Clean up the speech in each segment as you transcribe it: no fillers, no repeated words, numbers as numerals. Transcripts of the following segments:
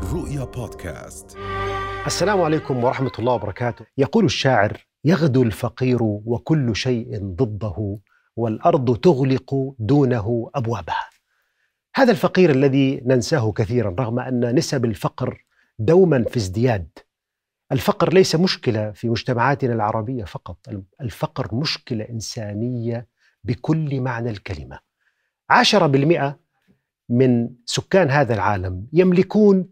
الرؤيا بودكاست. السلام عليكم ورحمة الله وبركاته. يقول الشاعر: يغدو الفقير وكل شيء ضده، والأرض تغلق دونه أبوابها. هذا الفقير الذي ننساه كثيرا رغم أن نسب الفقر دوما في ازدياد. الفقر ليس مشكلة في مجتمعاتنا العربية فقط، الفقر مشكلة إنسانية بكل معنى الكلمة. 10% من سكان هذا العالم يملكون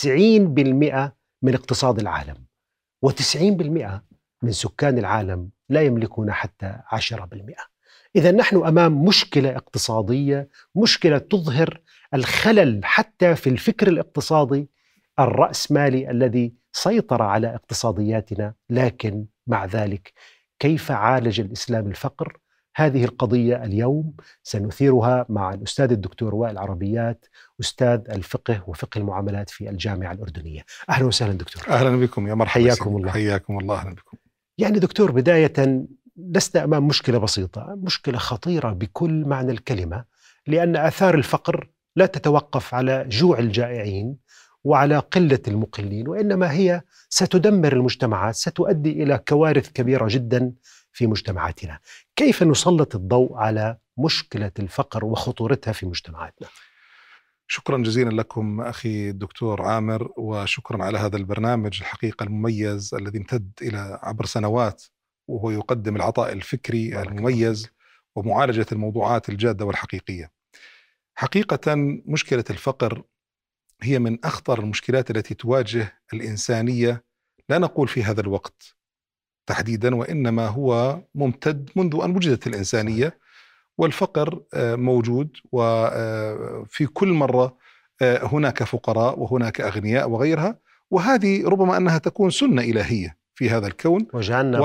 90% من اقتصاد العالم، و90% من سكان العالم لا يملكون حتى 10%. إذا نحن أمام مشكلة اقتصادية، مشكلة تظهر الخلل حتى في الفكر الاقتصادي الرأسمالي الذي سيطر على اقتصادياتنا. لكن مع ذلك كيف عالج الإسلام الفقر؟ هذه القضية اليوم سنثيرها مع الأستاذ الدكتور وائل عربيات، أستاذ الفقه وفقه المعاملات في الجامعة الأردنية. أهلا وسهلا دكتور. أهلا بكم يا مرحبا. حياكم الله. حياكم الله. أهلا بكم. يعني دكتور، بداية لسنا أمام مشكلة بسيطة، مشكلة خطيرة بكل معنى الكلمة، لأن آثار الفقر لا تتوقف على جوع الجائعين وعلى قلة المقلين، وإنما هي ستدمر المجتمعات، ستؤدي إلى كوارث كبيرة جدا في مجتمعاتنا. كيف نسلط الضوء على مشكلة الفقر وخطورتها في مجتمعاتنا؟ شكرا جزيلا لكم أخي الدكتور عامر، وشكرا على هذا البرنامج الحقيقة المميز الذي امتد إلى عبر سنوات، وهو يقدم العطاء الفكري المميز ومعالجة الموضوعات الجادة والحقيقية. حقيقة مشكلة الفقر هي من أخطر المشكلات التي تواجه الإنسانية، لا نقول في هذا الوقت تحديدا، وإنما هو ممتد منذ أن وجدت الإنسانية. والفقر موجود، وفي كل مرة هناك فقراء وهناك أغنياء وغيرها، وهذه ربما أنها تكون سنة إلهية في هذا الكون. وجعلنا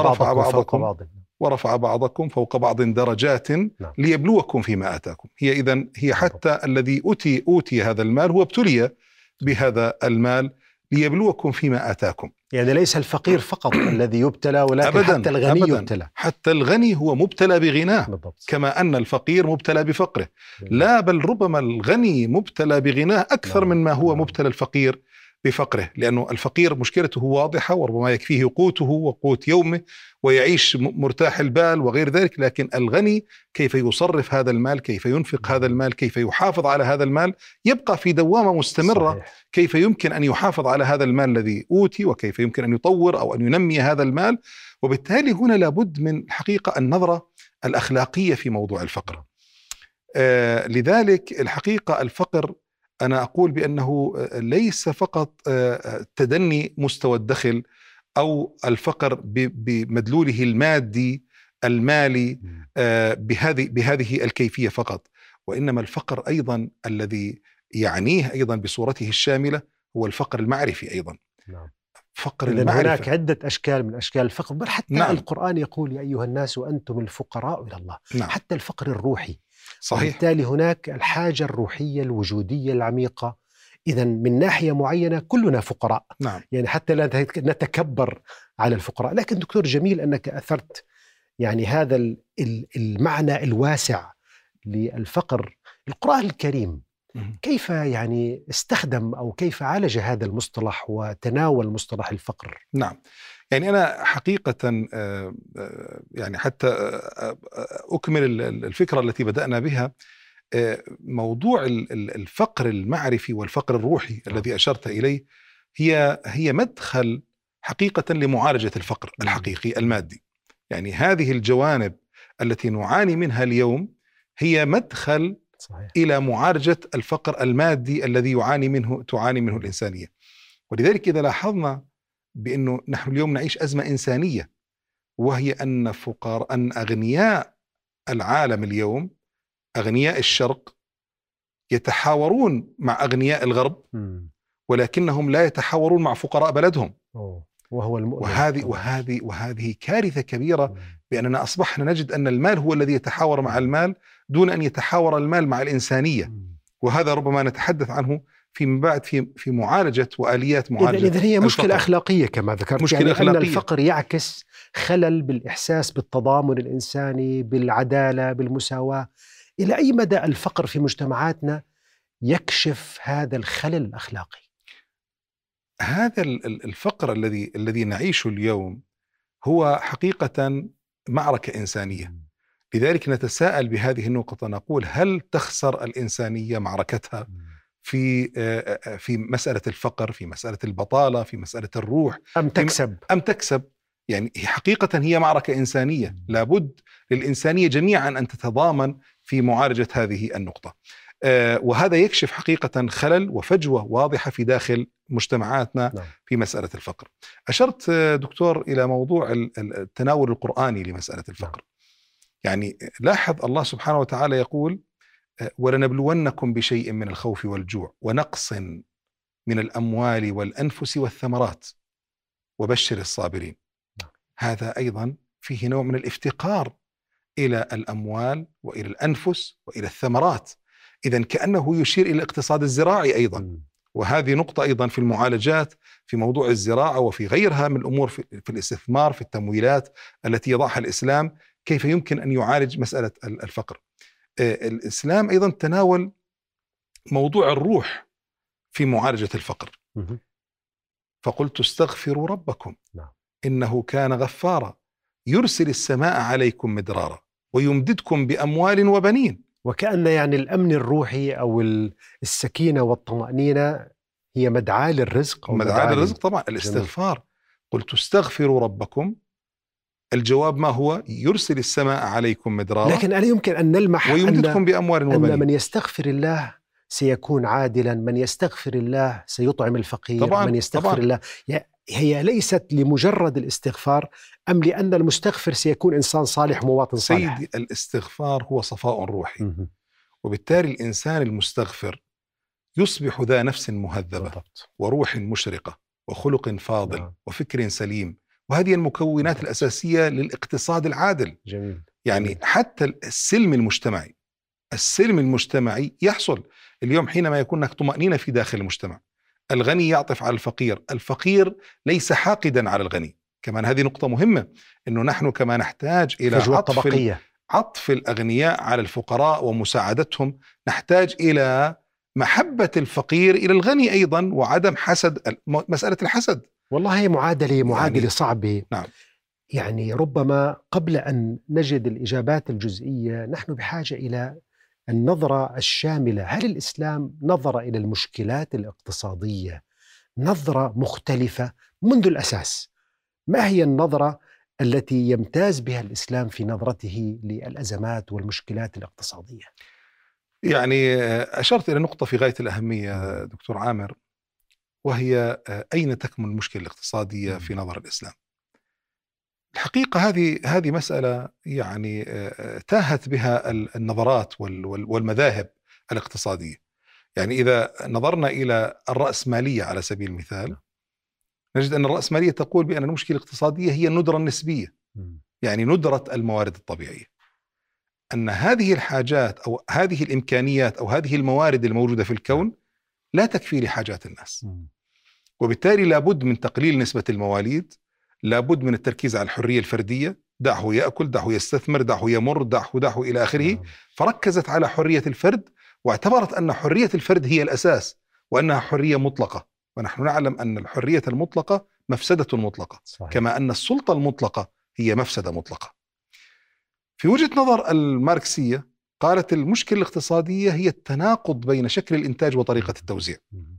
ورفع بعضكم فوق بعض درجات ليبلوكم فيما آتاكم. هي حتى الذي أوتي هذا المال هو ابتلي بهذا المال ليبلوكم فيما آتاكم. يعني ليس الفقير فقط الذي يبتلى، ولكن أبداً حتى الغني أبداً يبتلى. حتى الغني هو مبتلى بغناه بالضبط. كما أن الفقير مبتلى بفقره. لا، بل ربما الغني مبتلى بغناه أكثر مما هو مبتلى الفقير بفقره، لأنه الفقير مشكلته واضحة وربما يكفيه قوته وقوت يومه ويعيش مرتاح البال وغير ذلك. لكن الغني كيف يصرف هذا المال، كيف ينفق هذا المال، كيف يحافظ على هذا المال، يبقى في دوامة مستمرة. صحيح. كيف يمكن أن يحافظ على هذا المال الذي أوتي، وكيف يمكن أن يطور أو أن ينمي هذا المال. وبالتالي هنا لابد من الحقيقة النظرة الأخلاقية في موضوع الفقر. لذلك الحقيقة الفقر أنا أقول بأنه ليس فقط تدني مستوى الدخل أو الفقر بمدلوله المادي المالي بهذه الكيفية فقط، وإنما الفقر أيضا الذي يعنيه أيضا بصورته الشاملة هو الفقر المعرفي أيضا. نعم. فقر إذن المعرفة. هناك عدة أشكال من أشكال الفقر، بل حتى القرآن يقول: يا أيها الناس وأنتم الفقراء إلى الله. حتى الفقر الروحي. صحيح. وبالتالي هناك الحاجة الروحية الوجودية العميقة. إذن من ناحية معينة كلنا فقراء. يعني حتى لا نتكبر على الفقراء. لكن دكتور، جميل أنك أثرت يعني هذا المعنى الواسع للفقر. القرآن الكريم كيف يعني استخدم أو كيف عالج هذا المصطلح وتناول مصطلح الفقر؟ نعم، يعني أنا حقيقة يعني حتى أكمل الفكرة التي بدأنا بها، موضوع الفقر المعرفي والفقر الروحي الذي أشرت إليه هي مدخل حقيقة لمعالجة الفقر الحقيقي المادي. يعني هذه الجوانب التي نعاني منها اليوم هي مدخل صحيح. إلى معالجة الفقر المادي الذي تعاني منه الإنسانية. ولذلك إذا لاحظنا بأنه نحن اليوم نعيش أزمة إنسانية، وهي أن أغنياء العالم اليوم، أغنياء الشرق، يتحاورون مع أغنياء الغرب، ولكنهم لا يتحاورون مع فقراء بلدهم. وهو المؤمن. وهذه كارثة كبيرة، بأننا أصبحنا نجد أن المال هو الذي يتحاور مع المال دون أن يتحاور المال مع الإنسانية. وهذا ربما نتحدث عنه فيما بعد في معالجة وآليات معالجة. إذن هي مشكلة الفقر. أخلاقية كما ذكرت. مشكلة يعني أخلاقية. أن الفقر يعكس خلل بالإحساس بالتضامن الإنساني، بالعدالة، بالمساواة. إلى أي مدى الفقر في مجتمعاتنا يكشف هذا الخلل الأخلاقي؟ هذا الفقر الذي نعيشه اليوم هو حقيقة معركة إنسانية. لذلك نتساءل بهذه النقطة، نقول هل تخسر الإنسانية معركتها في مسألة الفقر، في مسألة البطالة، في مسألة الروح، أم تكسب؟ يعني حقيقة هي معركة إنسانية، لابد للإنسانية جميعا أن تتضامن في معالجة هذه النقطة. وهذا يكشف حقيقة خلل وفجوة واضحة في داخل مجتمعاتنا في مسألة الفقر. أشرت دكتور إلى موضوع التناول القرآني لمسألة الفقر. يعني لاحظ الله سبحانه وتعالى يقول: ولنبلونكم بشيء من الخوف والجوع ونقص من الأموال والأنفس والثمرات وبشر الصابرين. هذا أيضا فيه نوع من الافتقار إلى الأموال وإلى الأنفس وإلى الثمرات. إذن كأنه يشير إلى الاقتصاد الزراعي أيضا، وهذه نقطة أيضا في المعالجات في موضوع الزراعة وفي غيرها من الأمور، في الاستثمار، في التمويلات التي يضعها الإسلام، كيف يمكن أن يعالج مسألة الفقر. الإسلام أيضا تناول موضوع الروح في معالجة الفقر، فقلت استغفروا ربكم إنه كان غفارا يرسل السماء عليكم مدرارا ويمددكم بأموال وبنين. وكأن يعني الأمن الروحي أو السكينة والطمأنينة هي مدعاة للرزق، أو مدعاة للرزق طبعا. الاستغفار، قلت استغفروا ربكم، الجواب ما هو؟ يرسل السماء عليكم مدرارا، لكن ألا يمكن أن نلمح ويمددكم بأموال وبنين. أن من يستغفر الله سيكون عادلا، من يستغفر الله سيطعم الفقير طبعاً من يستغفر طبعاً. الله. هي ليست لمجرد الاستغفار، أم لأن المستغفر سيكون إنسان صالح مواطن صالح؟ سيدي، الاستغفار هو صفاء روحي، وبالتالي الإنسان المستغفر يصبح ذا نفس مهذبة وروح مشرقة وخلق فاضل وفكر سليم، وهذه المكونات الأساسية للاقتصاد العادل. جميل. يعني حتى السلم المجتمعي يحصل اليوم حينما يكون هناك طمأنينة في داخل المجتمع. الغني يعطف على الفقير، الفقير ليس حاقدا على الغني. كمان هذه نقطة مهمة، أنه نحن كما نحتاج إلى عطف الأغنياء على الفقراء ومساعدتهم، نحتاج إلى محبة الفقير إلى الغني أيضا، وعدم مسألة الحسد. والله هي معادلة يعني صعبة. نعم. يعني ربما قبل أن نجد الإجابات الجزئية نحن بحاجة إلى النظرة الشاملة. هل الإسلام نظر إلى المشكلات الاقتصادية نظرة مختلفة منذ الأساس؟ ما هي النظرة التي يمتاز بها الإسلام في نظرته للأزمات والمشكلات الاقتصادية؟ يعني أشرت إلى نقطة في غاية الأهمية دكتور عامر، وهي أين تكمن المشكلة الاقتصادية في نظر الإسلام. الحقيقة هذه مسألة يعني تاهت بها النظرات والمذاهب الاقتصادية. يعني إذا نظرنا إلى الرأسمالية على سبيل المثال، نجد أن الرأسمالية تقول بأن المشكلة الاقتصادية هي الندرة النسبية، يعني ندرة الموارد الطبيعية، أن هذه الحاجات أو هذه الإمكانيات أو هذه الموارد الموجودة في الكون لا تكفي لحاجات الناس، وبالتالي لابد من تقليل نسبة المواليد، لابد من التركيز على الحرية الفردية، دعه يأكل، دعه يستثمر، دعه يمر، دعه إلى آخره. فركزت على حرية الفرد، واعتبرت أن حرية الفرد هي الأساس، وأنها حرية مطلقة. ونحن نعلم أن الحرية المطلقة مفسدة مطلقة، صحيح. كما أن السلطة المطلقة هي مفسدة مطلقة. في وجهة نظر الماركسية قالت المشكلة الاقتصادية هي التناقض بين شكل الإنتاج وطريقة التوزيع،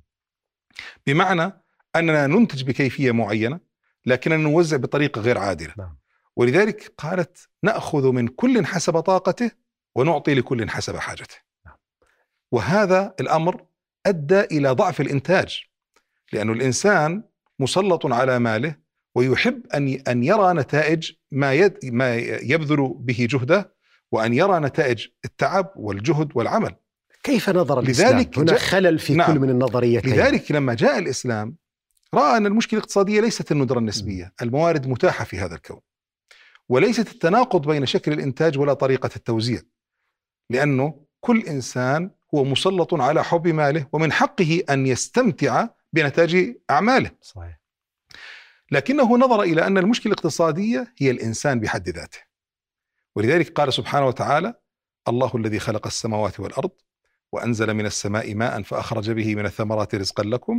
بمعنى أننا ننتج بكيفية معينة لكننا نوزع بطريقة غير عادلة. ولذلك قالت نأخذ من كل حسب طاقته ونعطي لكل حسب حاجته. وهذا الأمر أدى إلى ضعف الإنتاج، لأن الإنسان مسلط على ماله ويحب أن يرى نتائج ما يبذل به جهده، وأن يرى نتائج التعب والجهد والعمل. كيف نظر الإسلام؟ هنا خلل في كل من النظريتين. لذلك لما جاء الإسلام رأى أن المشكلة الاقتصادية ليست الندرة النسبية، الموارد متاحة في هذا الكون، وليست التناقض بين شكل الإنتاج ولا طريقة التوزيع، لأنه كل إنسان هو مسلط على حب ماله، ومن حقه أن يستمتع بنتاج أعماله. صحيح. لكنه نظر إلى أن المشكلة الاقتصادية هي الإنسان بحد ذاته، ولذلك قال سبحانه وتعالى: الله الذي خلق السماوات والأرض وأنزل من السماء ماء فأخرج به من الثمرات رزقا لكم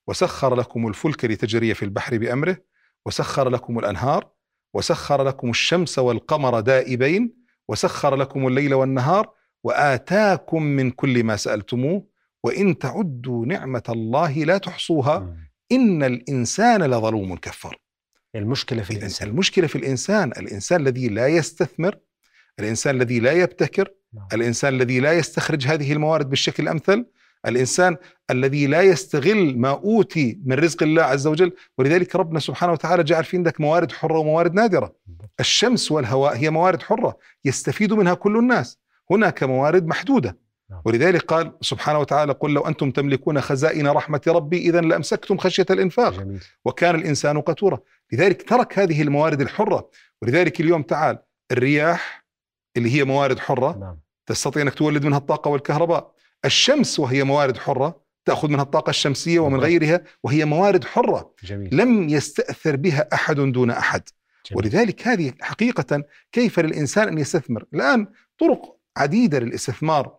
وسخر لكم الفلك لتجري في البحر بأمره، وسخر لكم الأنهار، وسخر لكم الشمس والقمر دائبين، وسخر لكم الليل والنهار، وآتاكم من كل ما سألتموه، وإن تعدوا نعمة الله لا تحصوها، إن الإنسان لظلوم كفار. المشكلة في الإنسان. المشكلة في الإنسان، الإنسان الذي لا يستثمر، الإنسان الذي لا يبتكر، الإنسان الذي لا يستخرج هذه الموارد بالشكل الأمثل، الإنسان الذي لا يستغل ما أوتي من رزق الله عز وجل. ولذلك ربنا سبحانه وتعالى جعل في عندك موارد حرة وموارد نادرة. الشمس والهواء هي موارد حرة يستفيد منها كل الناس، هناك موارد محدودة. ولذلك قال سبحانه وتعالى: قل لو أنتم تملكون خزائن رحمة ربي إذا لأمسكتم خشية الإنفاق وكان الإنسان قتورا. لذلك ترك هذه الموارد الحرة. ولذلك اليوم تعال الرياح اللي هي موارد حرة تستطيع أنك تولد منها الطاقة والكهرباء، الشمس وهي موارد حرة تأخذ منها الطاقة الشمسية ومن غيرها وهي موارد حرة لم يستأثر بها أحد دون أحد. ولذلك هذه حقيقة كيف للإنسان أن يستثمر. الآن طرق عديدة للاستثمار،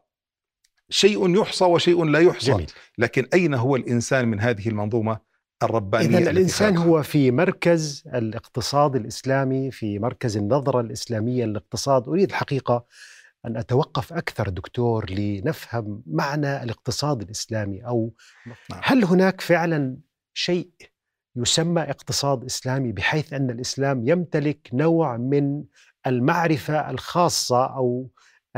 شيء يحصى وشيء لا يحصى. لكن أين هو الإنسان من هذه المنظومة الربانية؟ إذن الإنسان هو في مركز الاقتصاد الإسلامي، في مركز النظرة الإسلامية للاقتصاد. أريد الحقيقة أن أتوقف أكثر دكتور لنفهم معنى الاقتصاد الإسلامي، أو هل هناك فعلا شيء يسمى اقتصاد إسلامي بحيث أن الإسلام يمتلك نوع من المعرفة الخاصة أو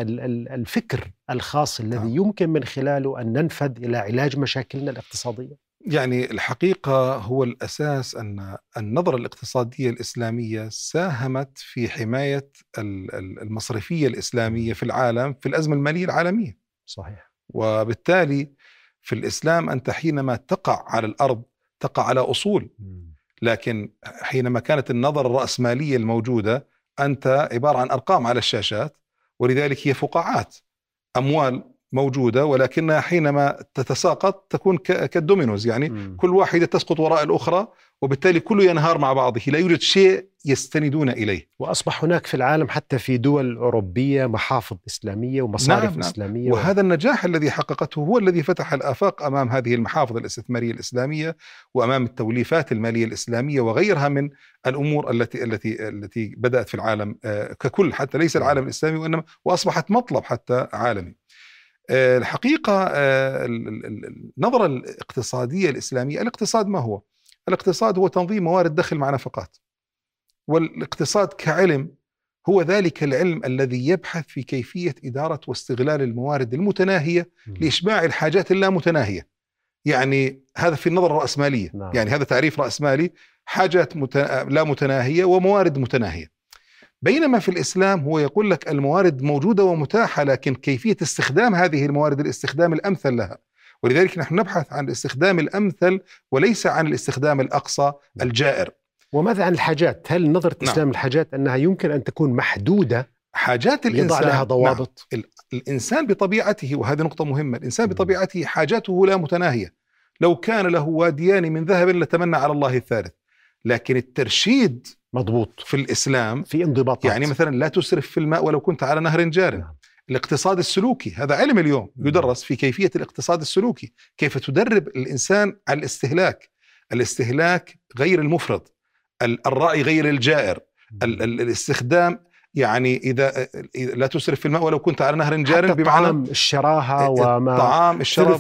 الفكر الخاص الذي يمكن من خلاله أن ننفذ إلى علاج مشاكلنا الاقتصادية؟ يعني الحقيقة هو الأساس أن النظرة الاقتصادية الإسلامية ساهمت في حماية المصرفية الإسلامية في العالم في الأزمة المالية العالمية. صحيح. وبالتالي في الإسلام أنت حينما تقع على الأرض تقع على أصول، لكن حينما كانت النظرة الرأسمالية الموجودة أنت عبارة عن أرقام على الشاشات، ولذلك هي فقاعات أموال موجودة، ولكنها حينما تتساقط تكون كالدومينوز، يعني كل واحدة تسقط وراء الأخرى، وبالتالي كله ينهار مع بعضه، لا يوجد شيء يستندون إليه. وأصبح هناك في العالم حتى في دول أوروبية محافظ إسلامية ومصارف إسلامية. وهذا النجاح الذي حققته هو الذي فتح الآفاق أمام هذه المحافظ الاستثمارية الإسلامية وأمام التوليفات المالية الإسلامية وغيرها من الأمور التي بدأت في العالم ككل، حتى ليس العالم الإسلامي وإنما وأصبحت مطلب حتى عالمي. الحقيقة النظرة الاقتصادية الإسلامية، الاقتصاد ما هو؟ الاقتصاد هو تنظيم موارد دخل مع نفقات، والاقتصاد كعلم هو ذلك العلم الذي يبحث في كيفية إدارة واستغلال الموارد المتناهية لإشباع الحاجات اللامتناهية. يعني هذا في النظرة الرأسمالية. يعني هذا تعريف رأسمالي، حاجات لا متناهية وموارد متناهية. بينما في الإسلام هو يقول لك الموارد موجودة ومتاحة، لكن كيفية استخدام هذه الموارد الاستخدام الأمثل لها. ولذلك نحن نبحث عن الاستخدام الأمثل وليس عن الاستخدام الأقصى الجائر. وماذا عن الحاجات؟ هل نظرة الإسلام الحاجات أنها يمكن أن تكون محدودة؟ حاجات الإنسان يضع لها ضوابط. الإنسان بطبيعته، وهذه نقطة مهمة، الإنسان بطبيعته حاجاته لا متناهية. لو كان له واديان من ذهب لتمنى على الله الثالث. لكن الترشيد مضبوط في الإسلام في انضباطات. يعني مثلا لا تسرف في الماء ولو كنت على نهر جار. الاقتصاد السلوكي هذا علم اليوم يدرس في كيفية الاقتصاد السلوكي، كيف تدرب الإنسان على الاستهلاك غير المفرط، الرعي غير الجائر، الاستخدام، يعني إذا لا تسرف في الماء ولو كنت على نهر جار، بمعنى الشراهة وما الطعام، ثلث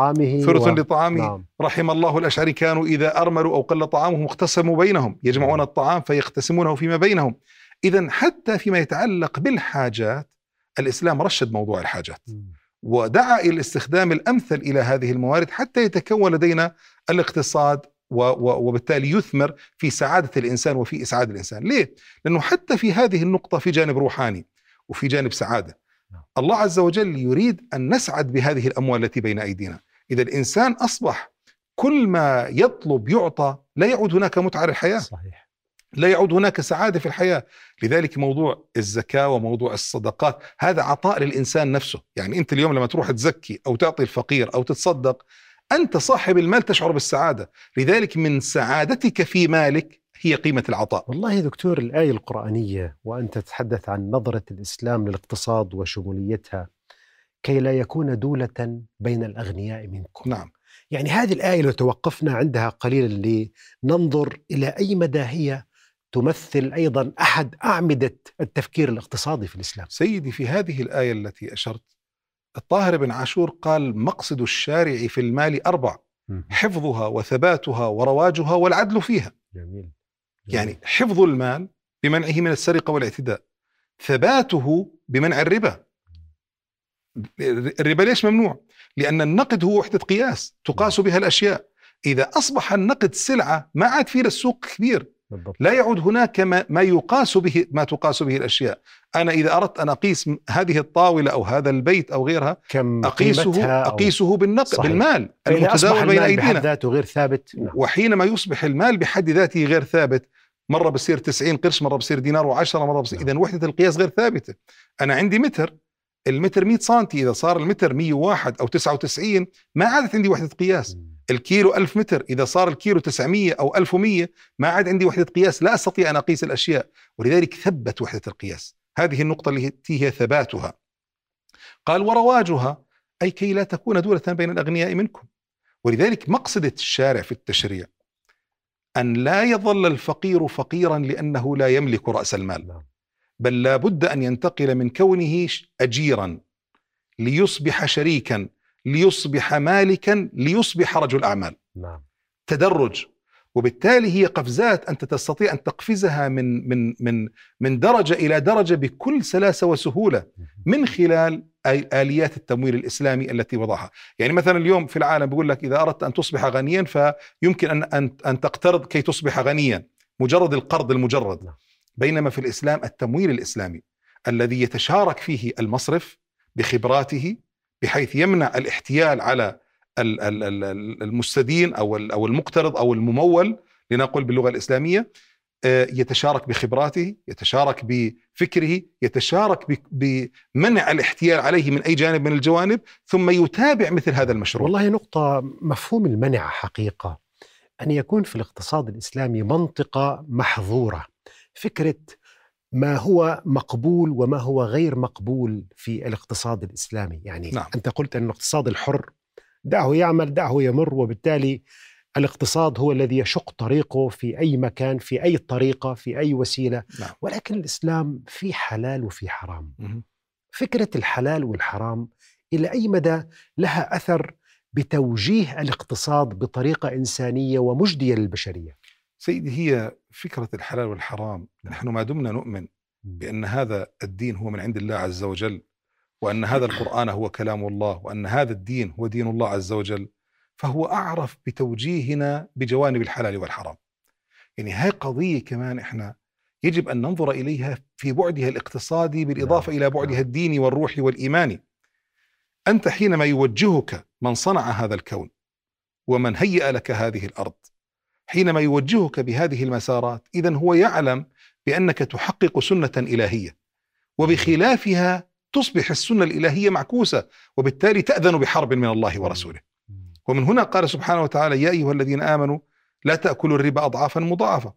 لطعامه نعم. رحم الله الأشعري كانوا إذا أرملوا أو قل طعامهم اقتسموا بينهم، يجمعون الطعام فيقتسمونه فيما بينهم. إذن حتى فيما يتعلق بالحاجات الإسلام رشد موضوع الحاجات ودعا إلى الاستخدام الأمثل إلى هذه الموارد حتى يتكون لدينا الاقتصاد وبالتالي يثمر في سعادة الإنسان وفي إسعاد الإنسان. ليه؟ لأنه حتى في هذه النقطة في جانب روحاني وفي جانب سعادة. الله عز وجل يريد أن نسعد بهذه الأموال التي بين أيدينا. إذا الإنسان أصبح كل ما يطلب يعطى، لا يعود هناك متعة للحياة. صحيح. لا يعود هناك سعادة في الحياة. لذلك موضوع الزكاة وموضوع الصدقات هذا عطاء للإنسان نفسه. يعني أنت اليوم لما تروح تزكي أو تعطي الفقير أو تتصدق، أنت صاحب المال تشعر بالسعادة. لذلك من سعادتك في مالك هي قيمة العطاء. والله يا دكتور، الآية القرآنية وأنت تتحدث عن نظرة الإسلام للاقتصاد وشموليتها كي لا يكون دولة بين الأغنياء منكم. نعم. يعني هذه الآية لو توقفنا عندها قليلا لننظر إلى أي مدى هي تمثل أيضا أحد أعمدة التفكير الاقتصادي في الإسلام. سيدي، في هذه الآية التي أشرت، الطاهر بن عاشور قال: مقصد الشارع في المال 4: حفظها وثباتها ورواجها والعدل فيها. جميل. يعني حفظ المال بمنعه من السرقة والاعتداء، ثباته بمنع الربا. الربا ليش ممنوع؟ لأن النقد هو وحدة قياس تقاس بها الأشياء. إذا أصبح النقد سلعة ما عاد في السوق كبير، لا يعود هناك ما يقاس به، ما تقاس به الأشياء. أنا إذا أردت أن أقيس هذه الطاولة أو هذا البيت أو غيرها، أقيسه بالنقد، بالمال المتداول بين أيدينا. بحد ذاته غير ثابت. وحينما يصبح المال بحد ذاته غير ثابت، مرة بصير 90 قرش، مرة بصير دينار و10، مرة بصير إذن وحدة القياس غير ثابتة. أنا عندي متر، المتر 100 سنتي، إذا صار المتر 101 أو 99 ما عادت عندي وحدة قياس. الكيلو 1000 متر، إذا صار الكيلو 900 أو 1100 ما عاد عندي وحدة قياس، لا أستطيع أن أقيس الأشياء. ولذلك ثبت وحدة القياس، هذه النقطة التي هي ثباتها. قال: ورواجها، أي كي لا تكون دولة بين الأغنياء منكم. ولذلك مقصد الشارع في التشريع أن لا يظل الفقير فقيرا لأنه لا يملك رأس المال، بل لا بد أن ينتقل من كونه أجيرا ليصبح شريكا، ليصبح مالكا، ليصبح رجل أعمال. تدرج. وبالتالي هي قفزات أنت تستطيع أن تقفزها من درجة إلى درجة بكل سلاسة وسهولة من خلال آليات التمويل الإسلامي التي وضعها. يعني مثلا اليوم في العالم بيقول لك إذا أردت أن تصبح غنيا فيمكن أن تقترض كي تصبح غنيا، مجرد القرض المجرد. بينما في الإسلام التمويل الإسلامي الذي يتشارك فيه المصرف بخبراته بحيث يمنع الاحتيال على المستدين أو المقترض أو الممول، لنقول باللغة الإسلامية، يتشارك بخبراته، يتشارك بفكره، يتشارك بمنع الاحتيال عليه من أي جانب من الجوانب، ثم يتابع مثل هذا المشروع. والله نقطة، مفهوم المنع حقيقة أن يكون في الاقتصاد الإسلامي منطقة محظورة، فكرة ما هو مقبول وما هو غير مقبول في الاقتصاد الإسلامي. يعني نعم. أنت قلت أن الاقتصاد الحر دعه يعمل، دعه يمر، وبالتالي الاقتصاد هو الذي يشق طريقه في أي مكان، في أي طريقة، في أي وسيلة. نعم. ولكن الإسلام في حلال وفي حرام. فكرة الحلال والحرام إلى أي مدى لها أثر بتوجيه الاقتصاد بطريقة إنسانية ومجدية للبشرية؟ سيدي، هي فكرة الحلال والحرام، نحن ما دمنا نؤمن بأن هذا الدين هو من عند الله عز وجل، وأن هذا القرآن هو كلام الله، وأن هذا الدين هو دين الله عز وجل، فهو أعرف بتوجيهنا بجوانب الحلال والحرام. يعني هاي قضية كمان إحنا يجب أن ننظر إليها في بعدها الاقتصادي بالإضافة إلى بعدها الديني والروحي والإيماني. أنت حينما يوجهك من صنع هذا الكون ومن هيأ لك هذه الأرض، حينما يوجهك بهذه المسارات، إذن هو يعلم بأنك تحقق سنة إلهية، وبخلافها تصبح السنة الإلهية معكوسة، وبالتالي تأذن بحرب من الله ورسوله. ومن هنا قال سبحانه وتعالى: يا أيها الذين آمنوا لا تأكلوا الربا أضعافا مضاعفة،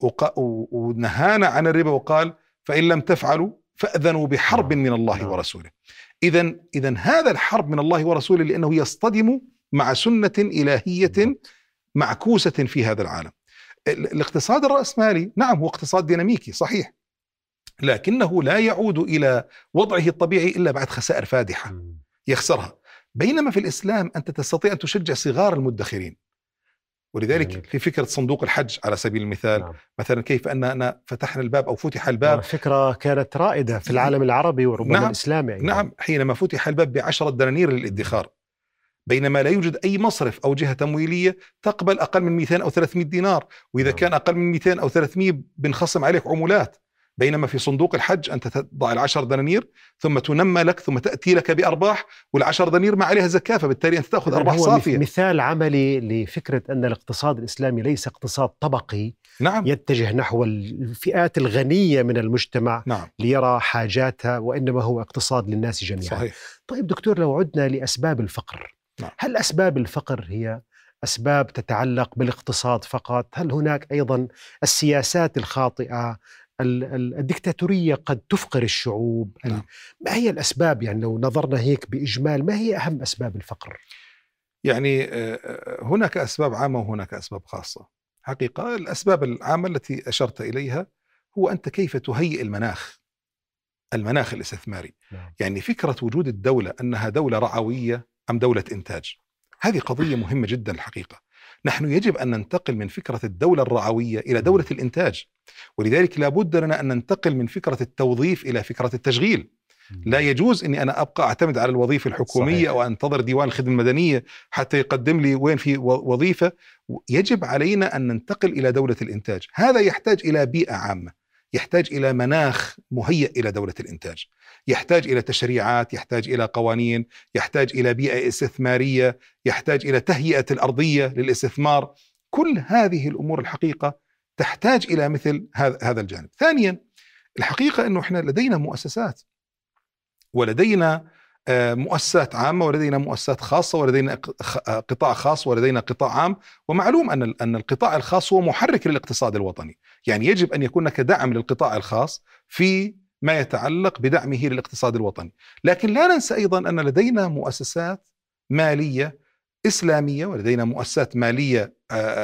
ونهانا عن الربا وقال: فإن لم تفعلوا فأذنوا بحرب من الله ورسوله. إذن هذا الحرب من الله ورسوله لأنه يصطدم مع سنة إلهية معكوسة في هذا العالم. الاقتصاد الرأسمالي نعم هو اقتصاد ديناميكي صحيح، لكنه لا يعود إلى وضعه الطبيعي إلا بعد خسائر فادحة يخسرها. بينما في الإسلام أنت تستطيع أن تشجع صغار المدخرين. ولذلك في فكرة صندوق الحج على سبيل المثال، مثلا كيف أننا فتحنا الباب أو فتح الباب، فكرة كانت رائدة في العالم العربي وربما الإسلامي أيضا. نعم، حينما فتح الباب ب10 دنانير للادخار، بينما لا يوجد أي مصرف أو جهة تمويلية تقبل أقل من 200 أو 300 دينار، وإذا كان أقل من 200 أو 300 بنخصم عليك عمولات. بينما في صندوق الحج أنت تضع 10 دنانير ثم تنمى لك ثم تأتي لك بأرباح، وال10 دنانير ما عليها زكاة، فبالتالي أنت تأخذ أرباح صافية. مثال عملي لفكرة أن الاقتصاد الإسلامي ليس اقتصاد طبقي، نعم، يتجه نحو الفئات الغنية من المجتمع، نعم، ليرى حاجاتها، وإنما هو اقتصاد للناس جميعا. صحيح. طيب دكتور، لو عدنا لأسباب الفقر، نعم. هل أسباب الفقر هي أسباب تتعلق بالاقتصاد فقط؟ هل هناك أيضا السياسات الخاطئة، الدكتاتورية قد تفقر الشعوب؟ نعم. ما هي الأسباب؟ يعني لو نظرنا هيك بإجمال، ما هي أهم أسباب الفقر؟ يعني هناك أسباب عامة وهناك أسباب خاصة. حقيقة الأسباب العامة التي أشرت إليها هو أنت كيف تهيئ المناخ الاستثماري. يعني فكرة وجود الدولة أنها دولة رعوية أم دولة إنتاج، هذه قضية مهمة جدا الحقيقة. نحن يجب أن ننتقل من فكرة الدولة الرعوية إلى دولة الإنتاج، ولذلك لا بد لنا أن ننتقل من فكرة التوظيف إلى فكرة التشغيل. لا يجوز أني أنا أبقى أعتمد على الوظيفة الحكومية صحيح. أو أنتظر ديوان الخدمة المدنية حتى يقدم لي وين في وظيفة. يجب علينا أن ننتقل إلى دولة الإنتاج. هذا يحتاج إلى بيئة عامة، يحتاج إلى مناخ مهيئ إلى دولة الإنتاج، يحتاج إلى تشريعات، يحتاج إلى قوانين، يحتاج إلى بيئة استثمارية، يحتاج إلى تهيئة الأرضية للاستثمار. كل هذه الأمور الحقيقة تحتاج إلى مثل هذا الجانب. ثانيا، الحقيقة أنه إحنا لدينا مؤسسات، ولدينا مؤسسات عامة، ولدينا مؤسسات خاصة، ولدينا قطاع خاص، ولدينا قطاع عام. ومعلوم أن القطاع الخاص هو محرك للاقتصاد الوطني، يعني يجب أن يكون هناك دعم للقطاع الخاص في ما يتعلق بدعمه للاقتصاد الوطني. لكن لا ننسى أيضا أن لدينا مؤسسات مالية إسلامية، ولدينا مؤسسات مالية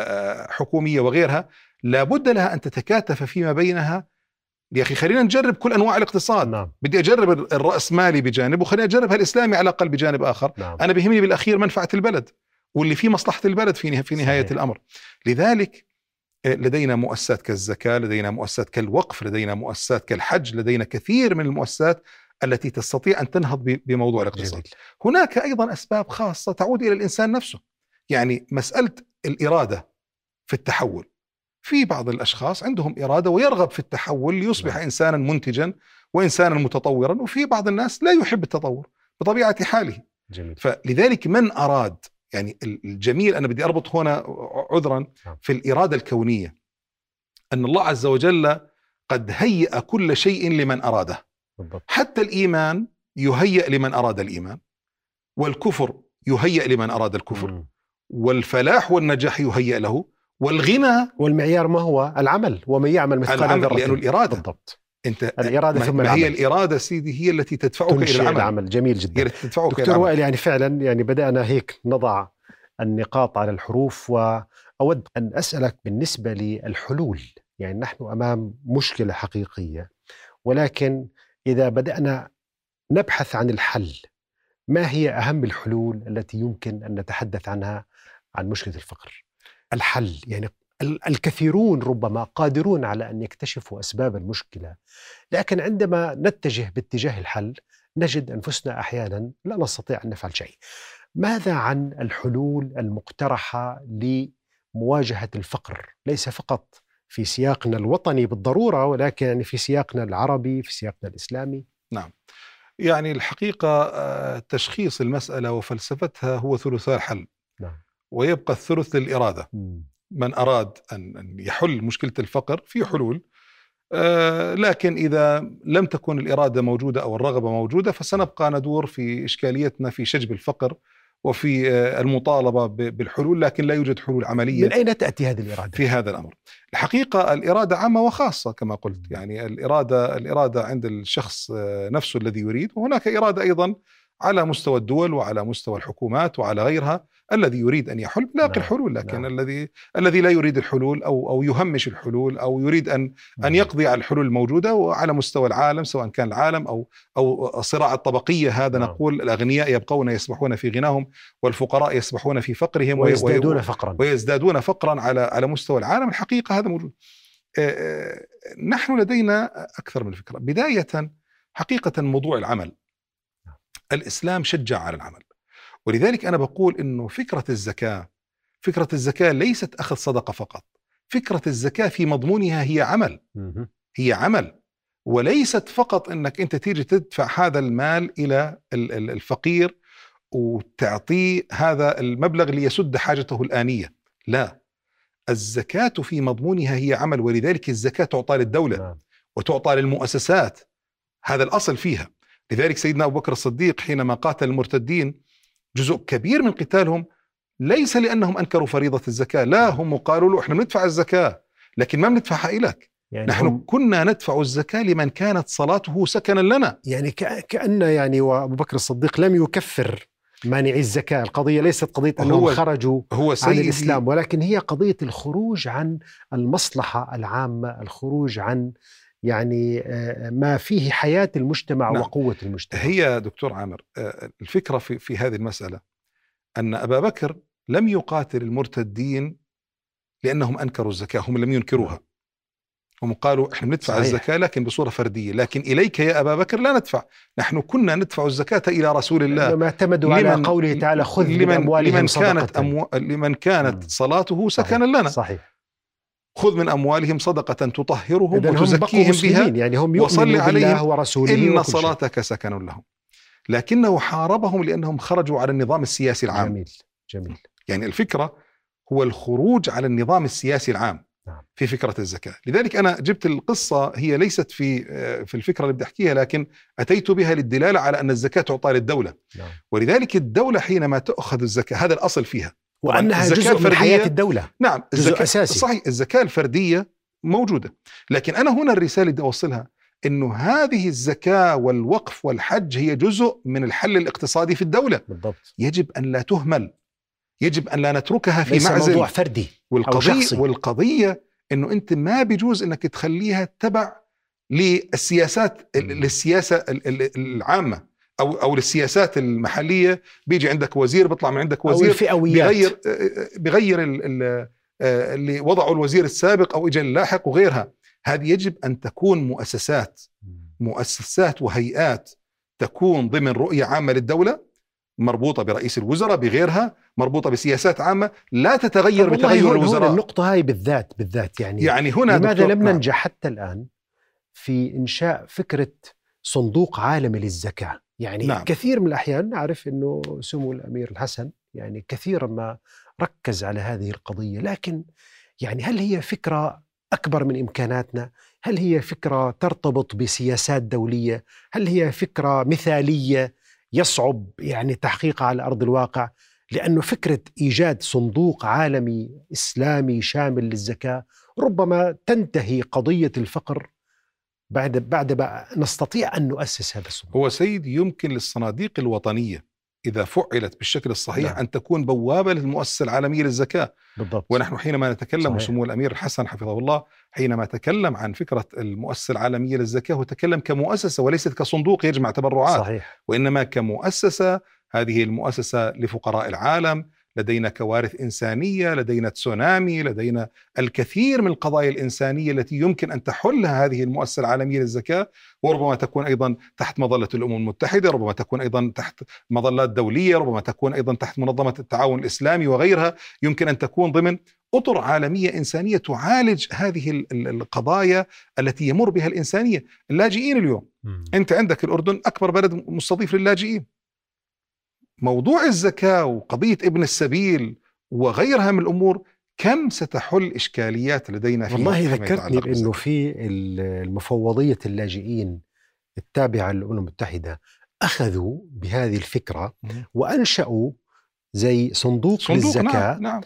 حكومية وغيرها، لا بد لها أن تتكاتف فيما بينها. يا أخي خلينا نجرب كل أنواع الاقتصاد. نعم. بدي أجرب الرأسمالي بجانب، وخلينا أجربها الإسلامي على الأقل بجانب آخر. نعم. أنا بيهمني بالأخير منفعة البلد واللي فيه مصلحة البلد في نهاية صحيح. الأمر. لذلك لدينا مؤسسات كالزكاة، لدينا مؤسسات كالوقف، لدينا مؤسسات كالحج، لدينا كثير من المؤسسات التي تستطيع أن تنهض بموضوع الاقتصاد. جميل. هناك أيضا أسباب خاصة تعود إلى الإنسان نفسه، يعني مسألة الإرادة في التحول. في بعض الأشخاص عندهم إرادة ويرغب في التحول ليصبح إنسانا منتجا وإنسانا متطورا، وفي بعض الناس لا يحب التطور بطبيعة حاله. جميل. فلذلك من أراد، يعني الجميل، أنا بدي أربط هنا عذرا في الإرادة الكونية، أن الله عز وجل قد هيأ كل شيء لمن أراده. بالضبط. حتى الإيمان يهيأ لمن أراد الإيمان، والكفر يهيأ لمن أراد الكفر، والفلاح والنجاح يهيأ له، والغنى. والمعيار ما هو؟ العمل، ومن يعمل مثقال ذرة. لأنه الإرادة. بالضبط. أنت الإرادة ثم العمل. هي الإرادة سيدي هي التي تدفعك إلى العمل. جميل جدا. دكتور وائل، يعني فعلا يعني بدأنا هيك نضع النقاط على الحروف، وأود أن أسألك بالنسبة للحلول. يعني نحن أمام مشكلة حقيقية، ولكن إذا بدأنا نبحث عن الحل، ما هي أهم الحلول التي يمكن أن نتحدث عنها عن مشكلة الفقر؟ الحل، يعني الكثيرون ربما قادرون على أن يكتشفوا أسباب المشكلة، لكن عندما نتجه باتجاه الحل نجد أنفسنا أحيانا لا نستطيع أن نفعل شيء. ماذا عن الحلول المقترحة لمواجهة الفقر، ليس فقط في سياقنا الوطني بالضرورة، ولكن يعني في سياقنا العربي، في سياقنا الإسلامي؟ نعم، يعني الحقيقة تشخيص المسألة وفلسفتها هو ثلث الحل. نعم. ويبقى الثلث للإرادة. من أراد أن يحل مشكلة الفقر في حلول، لكن إذا لم تكن الإرادة موجودة أو الرغبة موجودة فسنبقى ندور في إشكاليتنا في شجب الفقر وفي المطالبة بالحلول، لكن لا يوجد حلول عملية. من أين تأتي هذه الإرادة في هذا الأمر؟ الحقيقة الإرادة عامة وخاصة كما قلت، يعني الإرادة عند الشخص نفسه الذي يريد، وهناك إرادة أيضا على مستوى الدول وعلى مستوى الحكومات وعلى غيرها. الذي يريد أن يحل لاقي الحلول، لكن الذي لا يريد الحلول أو يهمش الحلول أو يريد أن يقضي على الحلول الموجودة وعلى مستوى العالم، سواء كان العالم أو صراع الطبقية هذا. نقول الأغنياء يبقون يسبحون في غناهم والفقراء يسبحون في فقرهم ويزدادون فقرا على مستوى العالم. الحقيقة هذا موجود. نحن لدينا أكثر من فكرة. بداية حقيقة موضوع العمل، الإسلام شجع على العمل، ولذلك أنا بقول إنه فكرة الزكاة ليست أخذ صدقة فقط. فكرة الزكاة في مضمونها هي عمل، وليست فقط إنك أنت تيجي تدفع هذا المال إلى الفقير وتعطيه هذا المبلغ ليسد حاجته الآنية. لا، الزكاة في مضمونها هي عمل، ولذلك الزكاة تعطى للدولة وتعطى للمؤسسات، هذا الأصل فيها. لذلك سيدنا أبو بكر الصديق حينما قاتل المرتدين جزء كبير من قتالهم ليس لأنهم أنكروا فريضة الزكاة، لا، هم قالوا له إحنا بندفع الزكاة لكن ما بندفعها إليك، يعني نحن كنا ندفع الزكاة لمن كانت صلاته سكنا لنا. يعني كأن يعني وأبو بكر الصديق لم يكفر مانعي الزكاة. القضية ليست قضية أنهم خرجوا عن الإسلام، ولكن هي قضية الخروج عن المصلحة العامة، الخروج عن يعني ما فيه حياة المجتمع. نعم. وقوة المجتمع. هي دكتور عامر الفكرة في هذه المسألة أن أبا بكر لم يقاتل المرتدين لأنهم أنكروا الزكاة، هم لم ينكروها، هم قالوا إحنا ندفع صحيح. الزكاة لكن بصورة فردية، لكن إليك يا أبا بكر لا ندفع، نحن كنا ندفع الزكاة إلى رسول الله. ما اعتمدوا على قوله تعالى خذ من أموالهم صدقة. لمن كانت صلاته سكنا لنا. صحيح. خذ من أموالهم صدقة تطهرهم وتزكيهم بها، يعني هم يؤمنوا بالله ورسوله إن صلاتك سكن لهم. لكنه حاربهم لأنهم خرجوا على النظام السياسي العام. جميل. يعني الفكرة هو الخروج على النظام السياسي العام في فكرة الزكاة. لذلك أنا جبت القصة، هي ليست في الفكرة اللي بدي أحكيها، لكن أتيت بها للدلالة على أن الزكاة تعطى للدولة. ولذلك الدولة حينما تأخذ الزكاة، هذا الأصل فيها، وأنها جزء من حياة الدولة. نعم، جزء أساسي. صحيح، الزكاة الفردية موجودة، لكن أنا هنا الرسالة اللي أوصلها إنه هذه الزكاة والوقف والحج هي جزء من الحل الاقتصادي في الدولة. بالضبط. يجب أن لا تهمل، يجب أن لا نتركها في معزل. ليس موضوع فردي أو شخصي. والقضية إنه أنت ما بيجوز إنك تخليها تبع للسياسات، للسياسة العامة أو للسياسات المحلية. بيجي عندك وزير، بيطلع من عندك وزير بغير اللي وضعوا الوزير السابق أو إجا اللاحق وغيرها. هذه يجب أن تكون مؤسسات وهيئات تكون ضمن رؤية عامة للدولة، مربوطة برئيس الوزراء، بغيرها مربوطة بسياسات عامة لا تتغير بتغير الوزراء. النقطة هاي بالذات يعني هنا لماذا لم ننجح حتى الآن في إنشاء فكرة صندوق عالمي للزكاة؟ يعني نعم. كثير من الأحيان نعرف أنه سمو الأمير الحسن يعني كثيرا ما ركز على هذه القضية، لكن يعني هل هي فكرة أكبر من إمكاناتنا؟ هل هي فكرة ترتبط بسياسات دولية؟ هل هي فكرة مثالية يصعب يعني تحقيقها على أرض الواقع؟ لأنه فكرة إيجاد صندوق عالمي إسلامي شامل للزكاة ربما تنتهي قضية الفقر بعد ما نستطيع أن نؤسس هذا الصندوق. هو سيدي يمكن للصناديق الوطنية إذا فعلت بالشكل الصحيح نعم. أن تكون بوابة للمؤسسة العالمية للزكاة. بالضبط. ونحن حينما نتكلم، وسمو الأمير الحسن حفظه الله حينما تكلم عن فكرة المؤسسة العالمية للزكاة هو تكلم كمؤسسة وليست كصندوق يجمع تبرعات. صحيح. وإنما كمؤسسة. هذه المؤسسة لفقراء العالم. لدينا كوارث إنسانية، لدينا تسونامي، لدينا الكثير من القضايا الإنسانية التي يمكن أن تحلها هذه المؤسسة العالمية للزكاة، وربما تكون أيضا تحت مظلة الأمم المتحدة، ربما تكون أيضا تحت مظلات دولية، ربما تكون أيضا تحت منظمة التعاون الإسلامي وغيرها. يمكن أن تكون ضمن أطر عالمية إنسانية تعالج هذه القضايا التي يمر بها الإنسانية. اللاجئين اليوم أنت عندك الأردن أكبر بلد مستضيف للاجئين. موضوع الزكاة وقضية ابن السبيل وغيرها من الأمور كم ستحل إشكاليات لدينا في والله ذكرتني بأنه في المفوضية اللاجئين التابعة للأمم المتحدة أخذوا بهذه الفكرة وأنشأوا زي صندوق للزكاة. نعم.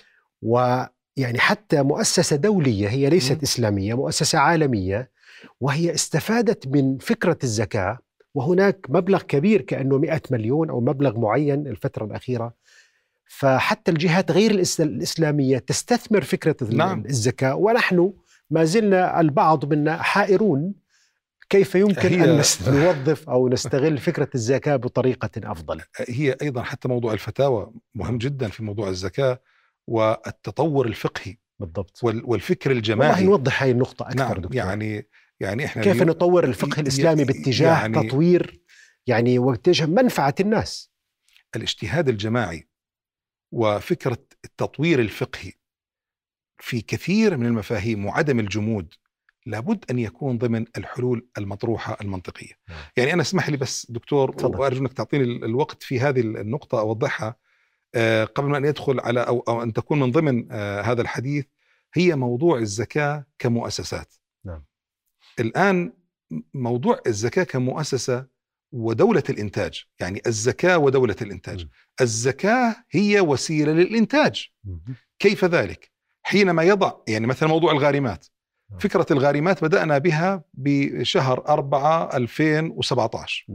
ويعني حتى مؤسسة دولية هي ليست إسلامية، مؤسسة عالمية، وهي استفادت من فكرة الزكاة. وهناك مبلغ كبير كأنه 100 مليون أو مبلغ معين الفترة الأخيرة، فحتى الجهات غير الإسلامية تستثمر فكرة نعم. الزكاة، ونحن ما زلنا البعض منا حائرون كيف يمكن أن نوظف أو نستغل فكرة الزكاة بطريقة أفضل. هي أيضا حتى موضوع الفتاوى مهم جدا في موضوع الزكاة والتطور الفقهي. بالضبط. والفكر الجماعي. والله نوضح هاي النقطة أكثر. نعم. دكتور. يعني إحنا كيف نطور الفقه الإسلامي باتجاه تطوير يعني واتجاه منفعة الناس. الاجتهاد الجماعي وفكرة التطوير الفقهي في كثير من المفاهيم وعدم الجمود لابد أن يكون ضمن الحلول المطروحة المنطقية. يعني أنا اسمح لي بس دكتور، وأرجو أنك تعطيني الوقت في هذه النقطة أوضحها قبل ما أن يدخل على أو أن تكون من ضمن هذا الحديث، هي موضوع الزكاة كمؤسسات. نعم. الآن موضوع الزكاة كمؤسسة ودولة الإنتاج، يعني الزكاة ودولة الإنتاج. الزكاة هي وسيلة للإنتاج. كيف ذلك؟ حينما يضع يعني مثلا موضوع الغارمات، فكرة الغارمات بدأنا بها بشهر 4/2017. نعم.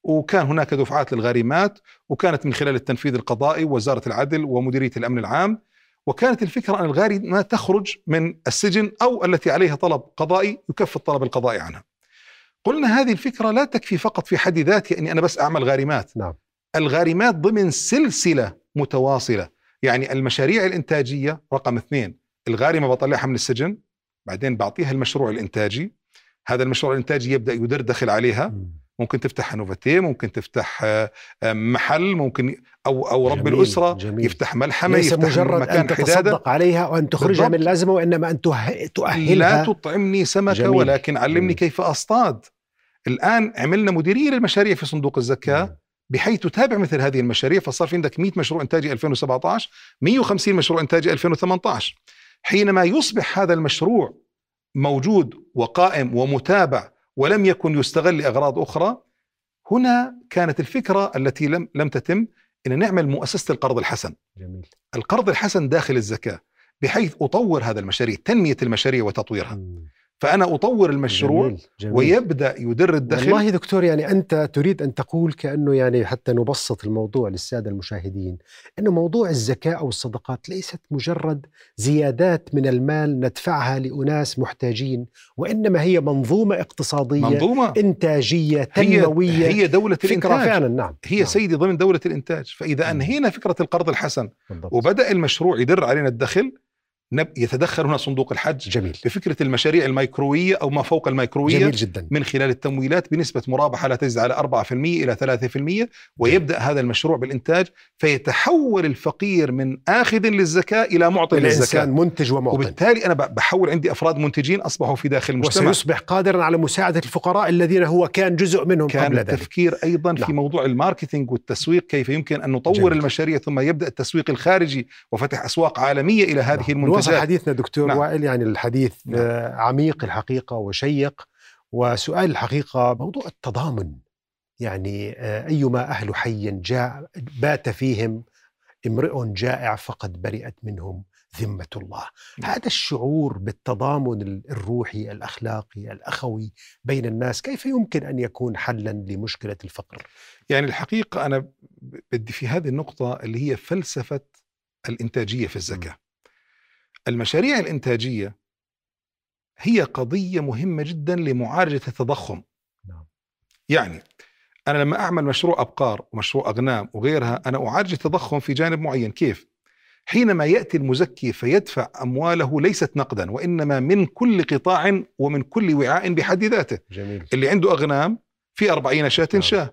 وكان هناك دفعات للغارمات، وكانت من خلال التنفيذ القضائي ووزارة العدل ومديرية الأمن العام. وكانت الفكرة أن الغارمة تخرج من السجن أو التي عليها طلب قضائي يكفي الطلب القضائي عنها. قلنا هذه الفكرة لا تكفي فقط في حد ذاتها أني أنا بس أعمل غارمات. نعم. الغارمات ضمن سلسلة متواصلة، يعني المشاريع الإنتاجية رقم 2، الغارمة بطلعها من السجن، بعدين بعطيها المشروع الإنتاجي، هذا المشروع الإنتاجي يبدأ يدر دخل عليها. ممكن تفتح نوفاتيه، ممكن تفتح محل، ممكن أو رب الأسرة جميل. يفتح ملحمة، ليس يفتح مجرد مكان أن تتصدق عليها وأن تخرجها من الأزمة، وإنما أن تؤهلها. لا تطعمني سمكة جميل. ولكن علمني جميل. كيف أصطاد. الآن عملنا مديرية للمشاريع في صندوق الزكاة بحيث تتابع مثل هذه المشاريع، فصار في عندك 100 مشروع إنتاجي 2017، 150 مشروع إنتاجي 2018. حينما يصبح هذا المشروع موجود وقائم ومتابع ولم يكن يستغل لأغراض أخرى، هنا كانت الفكرة التي لم تتم، أن نعمل مؤسسة القرض الحسن. جميل. القرض الحسن داخل الزكاة، بحيث أطور هذا المشاريع، تنمية المشاريع وتطويرها. فأنا أطور المشروع جميل. جميل. ويبدأ يدر الدخل. والله دكتور، يعني أنت تريد أن تقول كأنه، يعني حتى نبسط الموضوع للسادة المشاهدين، أنه موضوع الزكاة أو الصدقات ليست مجرد زيادات من المال ندفعها لأناس محتاجين، وإنما هي منظومة اقتصادية إنتاجية تنموية. هي دولة الإنتاج فعلا. نعم. هي نعم. سيدي ضمن دولة الإنتاج. فإذا أنهينا فكرة القرض الحسن بالضبط. وبدأ المشروع يدر علينا الدخل، يتدخل هنا صندوق الحج جميل. بفكرة المشاريع الميكروية أو ما فوق الميكروية. جميل جدا. من خلال التمويلات بنسبة مرابحة لا تزيد على 4% إلى 3%، ويبدأ هذا المشروع بالإنتاج، فيتحول الفقير من آخذ للزكاة إلى معطي للزكاة، منتج ومعطي. وبالتالي أنا بحول عندي أفراد منتجين أصبحوا في داخل المجتمع، وسيصبح قادرا على مساعدة الفقراء الذين هو كان جزء منهم كان قبل ذلك. التفكير أيضا في موضوع الماركتينج والتسويق، كيف يمكن أن نطور جميل. المشاريع، ثم يبدأ التسويق الخارجي وفتح أسواق عالمية إلى هذه المنتجات. نوصل حديثنا دكتور وائل، يعني الحديث عميق الحقيقة وشيق. وسؤال الحقيقة موضوع التضامن، يعني أيما أهل حي بات فيهم امرئ جائع فقد برئت منهم ذمة الله. هذا الشعور بالتضامن الروحي الأخلاقي الأخوي بين الناس كيف يمكن أن يكون حلا لمشكلة الفقر؟ يعني الحقيقة أنا بدي في هذه النقطة اللي هي فلسفة الإنتاجية في الزكاة. المشاريع الإنتاجية هي قضية مهمة جدا لمعالجة التضخم. يعني أنا لما أعمل مشروع أبقار ومشروع أغنام وغيرها، أنا أعالج التضخم في جانب معين. كيف؟ حينما يأتي المزكي فيدفع أمواله ليست نقدا، وإنما من كل قطاع ومن كل وعاء بحد ذاته. جميل. اللي عنده أغنام في 40 شاة شاه،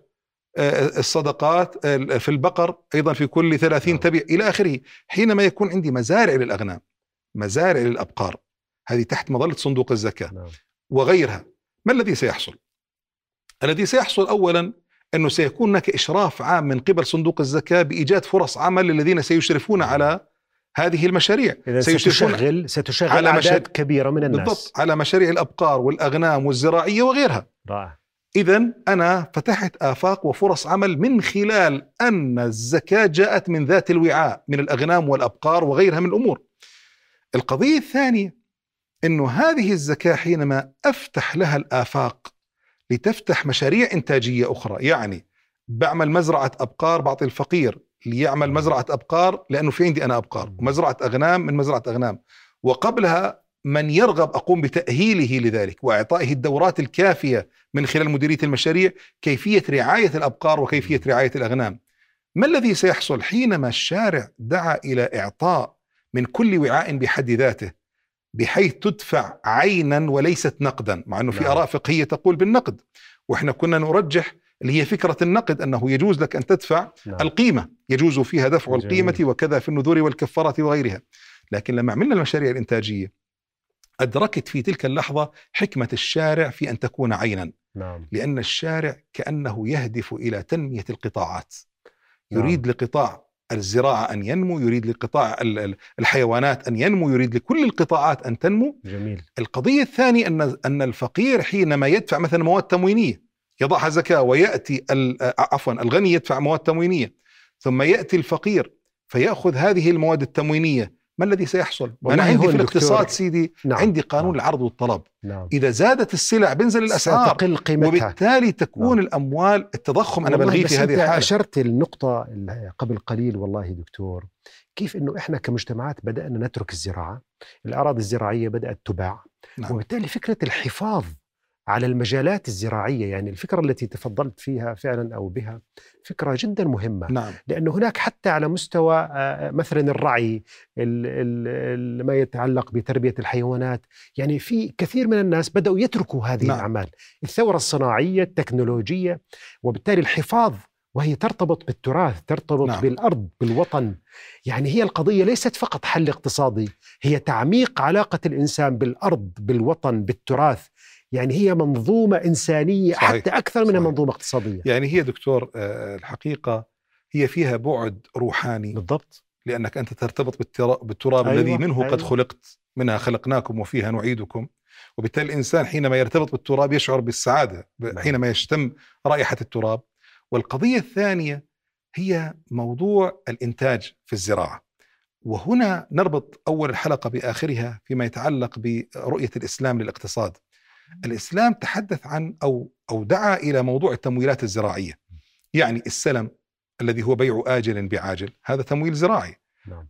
الصدقات في البقر أيضا في كل 30 تبع إلى آخره. حينما يكون عندي مزارع للأغنام، مزارع للأبقار، هذه تحت مظلة صندوق الزكاة وغيرها، ما الذي سيحصل؟ الذي سيحصل أولا أنه سيكون هناك إشراف عام من قبل صندوق الزكاة بإيجاد فرص عمل للذين سيشرفون على هذه المشاريع. ستشغل أعداد كبيرة من الناس بالضبط على مشاريع الأبقار والأغنام والزراعية وغيرها. رائع. إذن أنا فتحت آفاق وفرص عمل من خلال أن الزكاة جاءت من ذات الوعاء من الأغنام والأبقار وغيرها من الأمور. القضية الثانية أنه هذه الزكاة حينما أفتح لها الآفاق لتفتح مشاريع إنتاجية أخرى، يعني بعمل مزرعة أبقار بعطي الفقير ليعمل مزرعة أبقار لأنه في عندي أنا أبقار، ومزرعة أغنام من مزرعة أغنام، وقبلها من يرغب أقوم بتأهيله لذلك وإعطائه الدورات الكافية من خلال مديرية المشاريع كيفية رعاية الأبقار وكيفية رعاية الأغنام. ما الذي سيحصل حينما الشارع دعا إلى إعطاء من كل وعاء بحد ذاته بحيث تدفع عينا وليست نقدا، مع أنه في آراء فقهية تقول بالنقد، وإحنا كنا نرجح اللي هي فكرة النقد، أنه يجوز لك أن تدفع القيمة، يجوز فيها دفع القيمة وكذا في النذور والكفارة وغيرها. لكن لما عملنا المشاريع الإنتاجية أدركت في تلك اللحظة حكمة الشارع في أن تكون عينا. لأن الشارع كأنه يهدف إلى تنمية القطاعات، يريد لقطاع الزراعة أن ينمو، يريد لقطاع الحيوانات أن ينمو، يريد لكل القطاعات أن تنمو. جميل. القضية الثانية أن الفقير حينما يدفع مثلا مواد تموينية يضعها زكاة، ويأتي الغني يدفع مواد تموينية، ثم يأتي الفقير فيأخذ هذه المواد التموينية ما الذي سيحصل؟ أنا والله عندي هو في الدكتور. الاقتصاد سيدي نعم. عندي قانون نعم. العرض والطلب. نعم. إذا زادت السلع بنزل الأسعار، ستقل قيمتها. وبالتالي تكون نعم. الأموال التضخم أنا والله بلغيه بس في هذه أنت الحالة. أشرت النقطة قبل قليل والله دكتور، كيف أنه إحنا كمجتمعات بدأنا نترك الزراعة، الأراضي الزراعية بدأت تباع. نعم. وبالتالي فكرة الحفاظ على المجالات الزراعية، يعني الفكرة التي تفضلت فيها فعلا أو بها فكرة جدا مهمة. نعم. لأنه هناك حتى على مستوى مثلا الرعي، ما يتعلق بتربية الحيوانات، يعني في كثير من الناس بدأوا يتركوا هذه نعم. الأعمال. الثورة الصناعية التكنولوجية، وبالتالي الحفاظ وهي ترتبط بالتراث، ترتبط نعم. بالأرض بالوطن. يعني هي القضية ليست فقط حل اقتصادي، هي تعميق علاقة الإنسان بالأرض بالوطن بالتراث. يعني هي منظومة إنسانية. صحيح. حتى أكثر منها صحيح. منظومة اقتصادية. يعني هي دكتور الحقيقة هي فيها بعد روحاني. بالضبط. لأنك أنت ترتبط بالتراب أيوة. الذي منه أيوة. قد خلقت، منها خلقناكم وفيها نعيدكم. وبالتالي الإنسان حينما يرتبط بالتراب يشعر بالسعادة حينما يشتم رائحة التراب. والقضية الثانية هي موضوع الإنتاج في الزراعة، وهنا نربط أول الحلقة بآخرها فيما يتعلق برؤية الإسلام للاقتصاد. الإسلام تحدث عن أو دعا إلى موضوع التمويلات الزراعية، يعني السلم الذي هو بيع آجل بعاجل، هذا تمويل زراعي. نعم.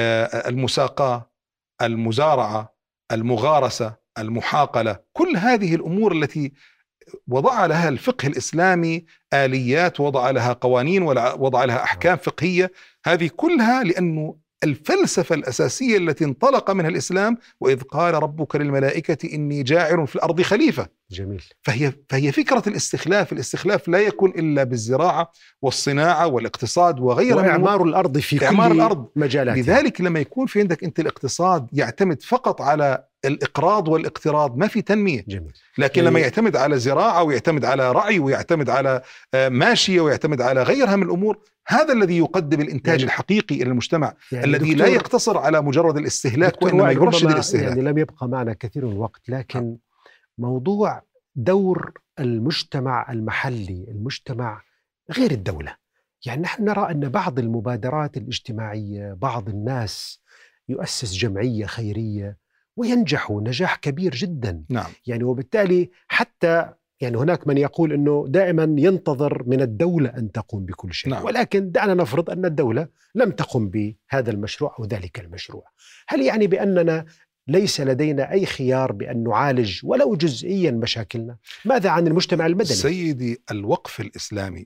المساقاة، المزارعة، المغارسة، المحاقلة، كل هذه الأمور التي وضع لها الفقه الإسلامي آليات، وضع لها قوانين، وضع لها أحكام فقهية، هذه كلها لأنه الفلسفة الأساسية التي انطلق منها الإسلام: وإذ قال ربك للملائكة إني جاعل في الأرض خليفة. جميل. فهي فكرة الاستخلاف لا يكون إلا بالزراعة والصناعة والاقتصاد وغيرها، وإعمار الأرض في إعمار كل الأرض مجالاتها. لذلك لما يكون في عندك أنت الاقتصاد يعتمد فقط على الإقراض والاقتراض ما في تنمية. جميل. لكن لما يعتمد على زراعة ويعتمد على رعي ويعتمد على ماشية ويعتمد على غيرها من الأمور، هذا الذي يقدم الإنتاج الحقيقي إلى المجتمع، الذي لا يقتصر على مجرد الاستهلاك وإنما يرشد الاستهلاك. يعني لم يبقى معنا كثير من الوقت، لكن موضوع دور المجتمع المحلي، المجتمع غير الدولة. يعني نحن نرى أن بعض المبادرات الاجتماعية، بعض الناس يؤسس جمعية خيرية وينجح نجاح كبير جدا. نعم. يعني وبالتالي حتى يعني هناك من يقول أنه دائما ينتظر من الدولة أن تقوم بكل شيء. نعم. ولكن دعنا نفرض أن الدولة لم تقم بهذا المشروع أو ذلك المشروع. هل يعني بأننا ليس لدينا أي خيار بأن نعالج ولو جزئيا مشاكلنا؟ ماذا عن المجتمع المدني؟ سيدي، الوقف الإسلامي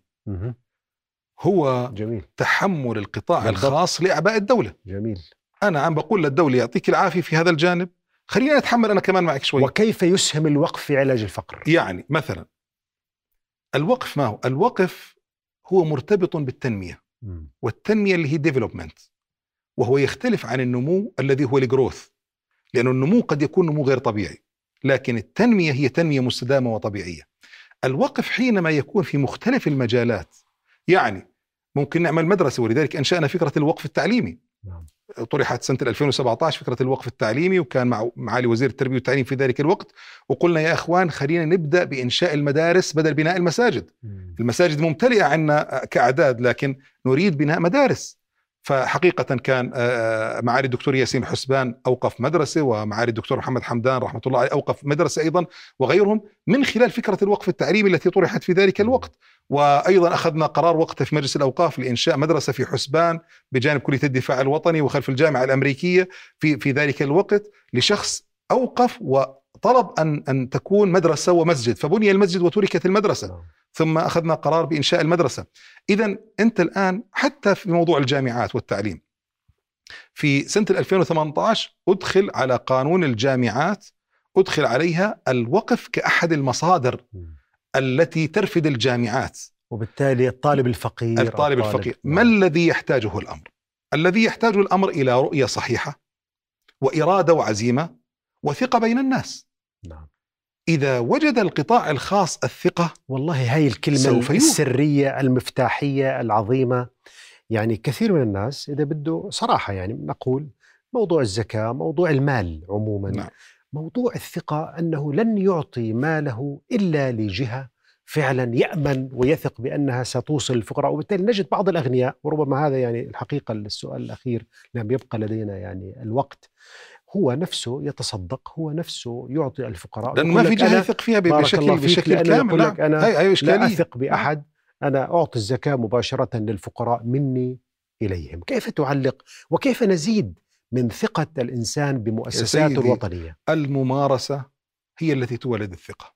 هو جميل. تحمل القطاع بالضبط. الخاص لأعباء الدولة. جميل. أنا عم بقول للدولة يعطيك العافية في هذا الجانب، خلينا نتحمل أنا كمان معك شوي. وكيف يسهم الوقف في علاج الفقر؟ يعني مثلا الوقف، ما هو الوقف؟ هو مرتبط بالتنمية، والتنمية اللي هي ديفلوبمنت، وهو يختلف عن النمو الذي هو الجروث، لأن النمو قد يكون نمو غير طبيعي، لكن التنمية هي تنمية مستدامة وطبيعية. الوقف حينما يكون في مختلف المجالات، يعني ممكن نعمل مدرسة، ولذلك أنشأنا فكرة الوقف التعليمي. طرحت سنة 2017 فكرة الوقف التعليمي، وكان مع معالي وزير التربية والتعليم في ذلك الوقت، وقلنا يا أخوان خلينا نبدأ بإنشاء المدارس بدل بناء المساجد. المساجد ممتلئة عنا كأعداد، لكن نريد بناء مدارس. فحقيقة كان معالي الدكتور ياسين حسبان أوقف مدرسة، ومعالي الدكتور محمد حمدان رحمة الله عليه أوقف مدرسة أيضا، وغيرهم من خلال فكرة الوقف التعليمي التي طرحت في ذلك الوقت. وأيضا أخذنا قرار وقتها في مجلس الأوقاف لإنشاء مدرسة في حسبان بجانب كلية الدفاع الوطني وخلف الجامعة الأمريكية في ذلك الوقت، لشخص أوقف وطلب أن تكون مدرسة ومسجد، فبني المسجد وتركت المدرسة، ثم أخذنا قرار بإنشاء المدرسة. إذن أنت الآن حتى في موضوع الجامعات والتعليم، في سنة 2018 أدخل على قانون الجامعات، أدخل عليها الوقف كأحد المصادر التي ترفد الجامعات. وبالتالي الطالب الفقير ما الذي يحتاجه الأمر؟ الذي يحتاجه الأمر إلى رؤية صحيحة وإرادة وعزيمة وثقة بين الناس. نعم. إذا وجد القطاع الخاص الثقة، والله هاي الكلمة السرية المفتاحية العظيمة. يعني كثير من الناس إذا بده صراحة يعني نقول موضوع الزكاة، موضوع المال عموما، نعم. موضوع الثقة أنه لن يعطي ماله إلا لجهة فعلا يأمن ويثق بأنها ستوصل الفقراء، وبالتالي نجد بعض الأغنياء، وربما هذا يعني الحقيقة السؤال الأخير لم يبقى لدينا يعني الوقت، هو نفسه يتصدق، هو نفسه يعطي الفقراء، لأنه ما في جهة يثق فيها بشكل كامل. لك أنا هاي لا أثق بأحد، أنا أعطي الزكاة مباشرة للفقراء مني إليهم. كيف تعلق وكيف نزيد من ثقة الإنسان بمؤسساته الوطنية؟ الممارسة هي التي تولد الثقة.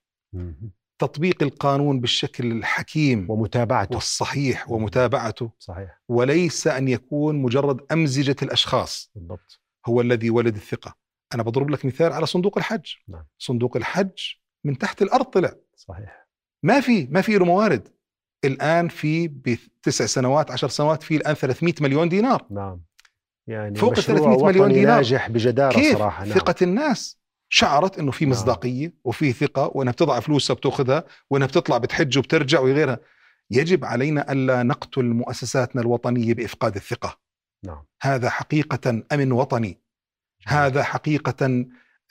تطبيق القانون بالشكل الحكيم ومتابعته والصحيح ومتابعته صحيح، وليس أن يكون مجرد أمزجة الأشخاص بالضبط. هو الذي ولد الثقة. أنا بضرب لك مثال على صندوق الحج. نعم. صندوق الحج من تحت الأرض طلع، صحيح، ما في له موارد. الآن في ب9 سنوات 10 سنوات في الآن 300 مليون دينار. نعم، يعني فوق 300 مليون دينار ناجح بجدارة. كيف صراحة ثقة الناس شعرت انه في مصداقية وفي ثقة، وانها بتضع فلوسها بتاخذها، وانها بتطلع بتحج وبترجع وغيرها. يجب علينا ألا نقتل مؤسساتنا الوطنية بإفقاد الثقة. نعم. هذا حقيقة أمن وطني، هذا حقيقة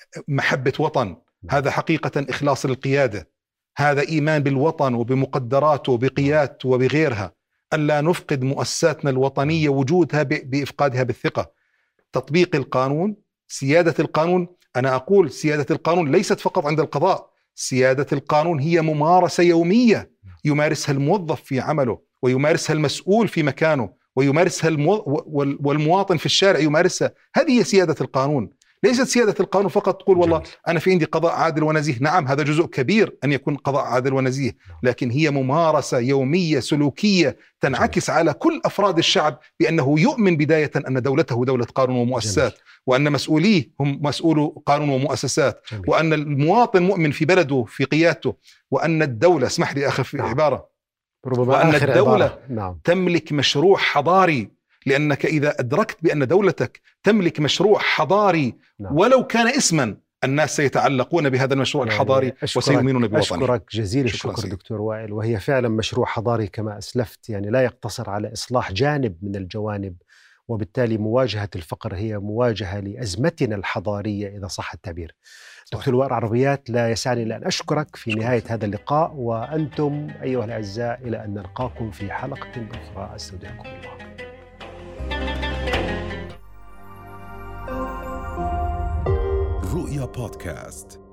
محبة وطن، هذا حقيقة إخلاص للقيادة، هذا إيمان بالوطن وبمقدراته وبقيادته وبغيرها. ألا نفقد مؤسساتنا الوطنية وجودها بإفقادها بالثقة. تطبيق القانون، سيادة القانون. أنا أقول سيادة القانون ليست فقط عند القضاء، سيادة القانون هي ممارسة يومية يمارسها الموظف في عمله، ويمارسها المسؤول في مكانه، ويمارسها والمواطن في الشارع يمارسها. هذه هي سيادة القانون. ليست سيادة القانون فقط تقول والله أنا في عندي قضاء عادل ونزيه. نعم، هذا جزء كبير أن يكون قضاء عادل ونزيه، لكن هي ممارسة يومية سلوكية تنعكس على كل أفراد الشعب بأنه يؤمن بداية أن دولته دولة قانون ومؤسسات، وأن مسؤوليه هم مسؤولو قانون ومؤسسات، وأن المواطن مؤمن في بلده في قيادته، وأن الدولة، اسمح لي آخر في عبارة، وأن الدولة تملك مشروع حضاري. لأنك إذا أدركت بأن دولتك تملك مشروع حضاري ولو كان اسما، الناس سيتعلقون بهذا المشروع الحضاري وسيؤمنون بوطنه. أشكرك جزيل الشكر دكتور وائل، وهي فعلا مشروع حضاري كما أسلفت، يعني لا يقتصر على إصلاح جانب من الجوانب، وبالتالي مواجهة الفقر هي مواجهة لأزمتنا الحضارية إذا صح التعبير. دكتور وائل عربيات، لا يسعني إلا أن أشكرك في نهاية هذا اللقاء، وأنتم أيها الأعزاء إلى أن نلقاكم في حلقة أخرى، أستودعكم الله. رؤيا بودكاست.